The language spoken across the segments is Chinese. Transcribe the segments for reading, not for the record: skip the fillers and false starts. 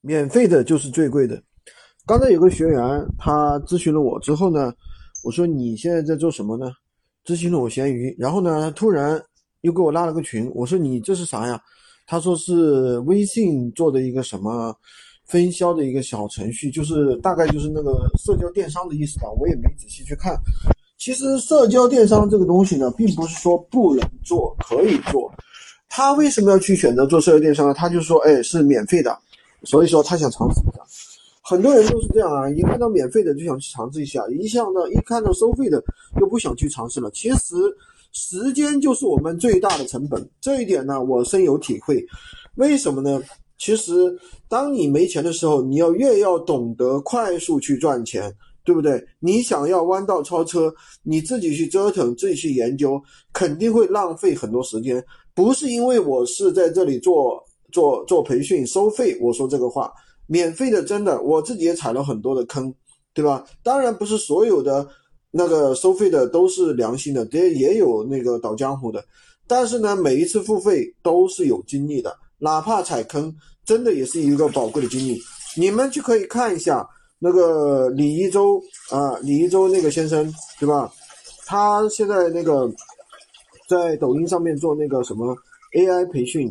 免费的就是最贵的。刚才有个学员他咨询了我之后呢，我说你现在在做什么呢？咨询了我闲鱼，然后呢，他突然又给我拉了个群，我说你这是啥呀？他说是微信做的一个什么分销的一个小程序，就是大概就是那个社交电商的意思吧，我也没仔细去看。其实社交电商这个东西呢，并不是说不能做，可以做。他为什么要去选择做社交电商呢？他就说，哎，是免费的，所以说他想尝试一下。很多人都是这样啊，一看到免费的就想去尝试一下，一看到收费的又不想去尝试了。其实时间就是我们最大的成本，这一点呢我深有体会。为什么呢？其实当你没钱的时候，你越要懂得快速去赚钱，对不对？你想要弯道超车，你自己去折腾，自己去研究，肯定会浪费很多时间。不是因为我是在这里做培训收费，我说这个话。免费的真的我自己也踩了很多的坑，对吧？当然不是所有的那个收费的都是良心的，也有那个倒江湖的。但是呢，每一次付费都是有经历的，哪怕踩坑，真的也是一个宝贵的经历。你们就可以看一下那个李一舟那个先生，对吧？他现在那个在抖音上面做那个什么 AI 培训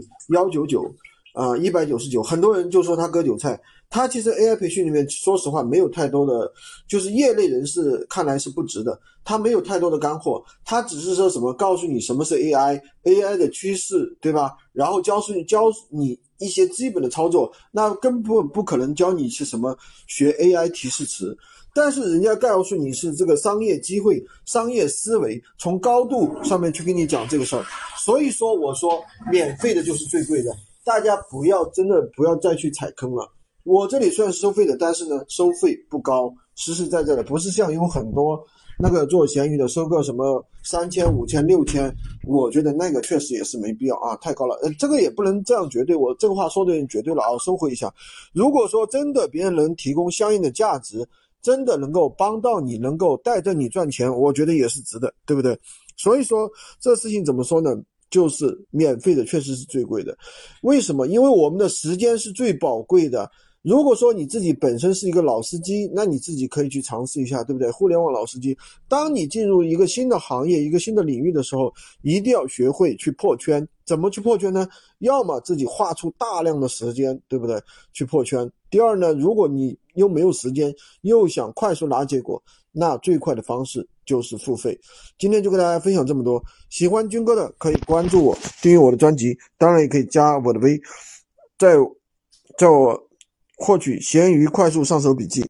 199199，很多人就说他割韭菜。他其实 AI 培训里面，说实话没有太多的，就是业内人士看来是不值的。他没有太多的干货，他只是说什么告诉你什么是 AI 的趋势，对吧？然后教你一些基本的操作，那根本不可能教你是什么学 AI 提示词。但是人家告诉你是这个商业机会、商业思维，从高度上面去跟你讲这个事儿。所以说，我说免费的就是最贵的。大家真的不要再去踩坑了。我这里虽然是收费的，但是呢，收费不高，实实在在的，不是像有很多那个做闲鱼的收个什么3000、5000、6000，我觉得那个确实也是没必要啊，太高了。这个也不能这样绝对，我这个话说的绝对了啊，收回一下。如果说真的别人能提供相应的价值，真的能够帮到你，能够带着你赚钱，我觉得也是值的，对不对？所以说这事情怎么说呢？就是免费的确实是最贵的。为什么？因为我们的时间是最宝贵的。如果说你自己本身是一个老司机，那你自己可以去尝试一下，对不对？互联网老司机，当你进入一个新的行业、一个新的领域的时候，一定要学会去破圈。怎么去破圈呢？要么自己花出大量的时间，对不对？去破圈。第二呢，如果你又没有时间，又想快速拿结果，那最快的方式就是付费。今天就跟大家分享这么多，喜欢军哥的可以关注我，订阅我的专辑，当然也可以加我的微，在我获取闲鱼快速上手笔记。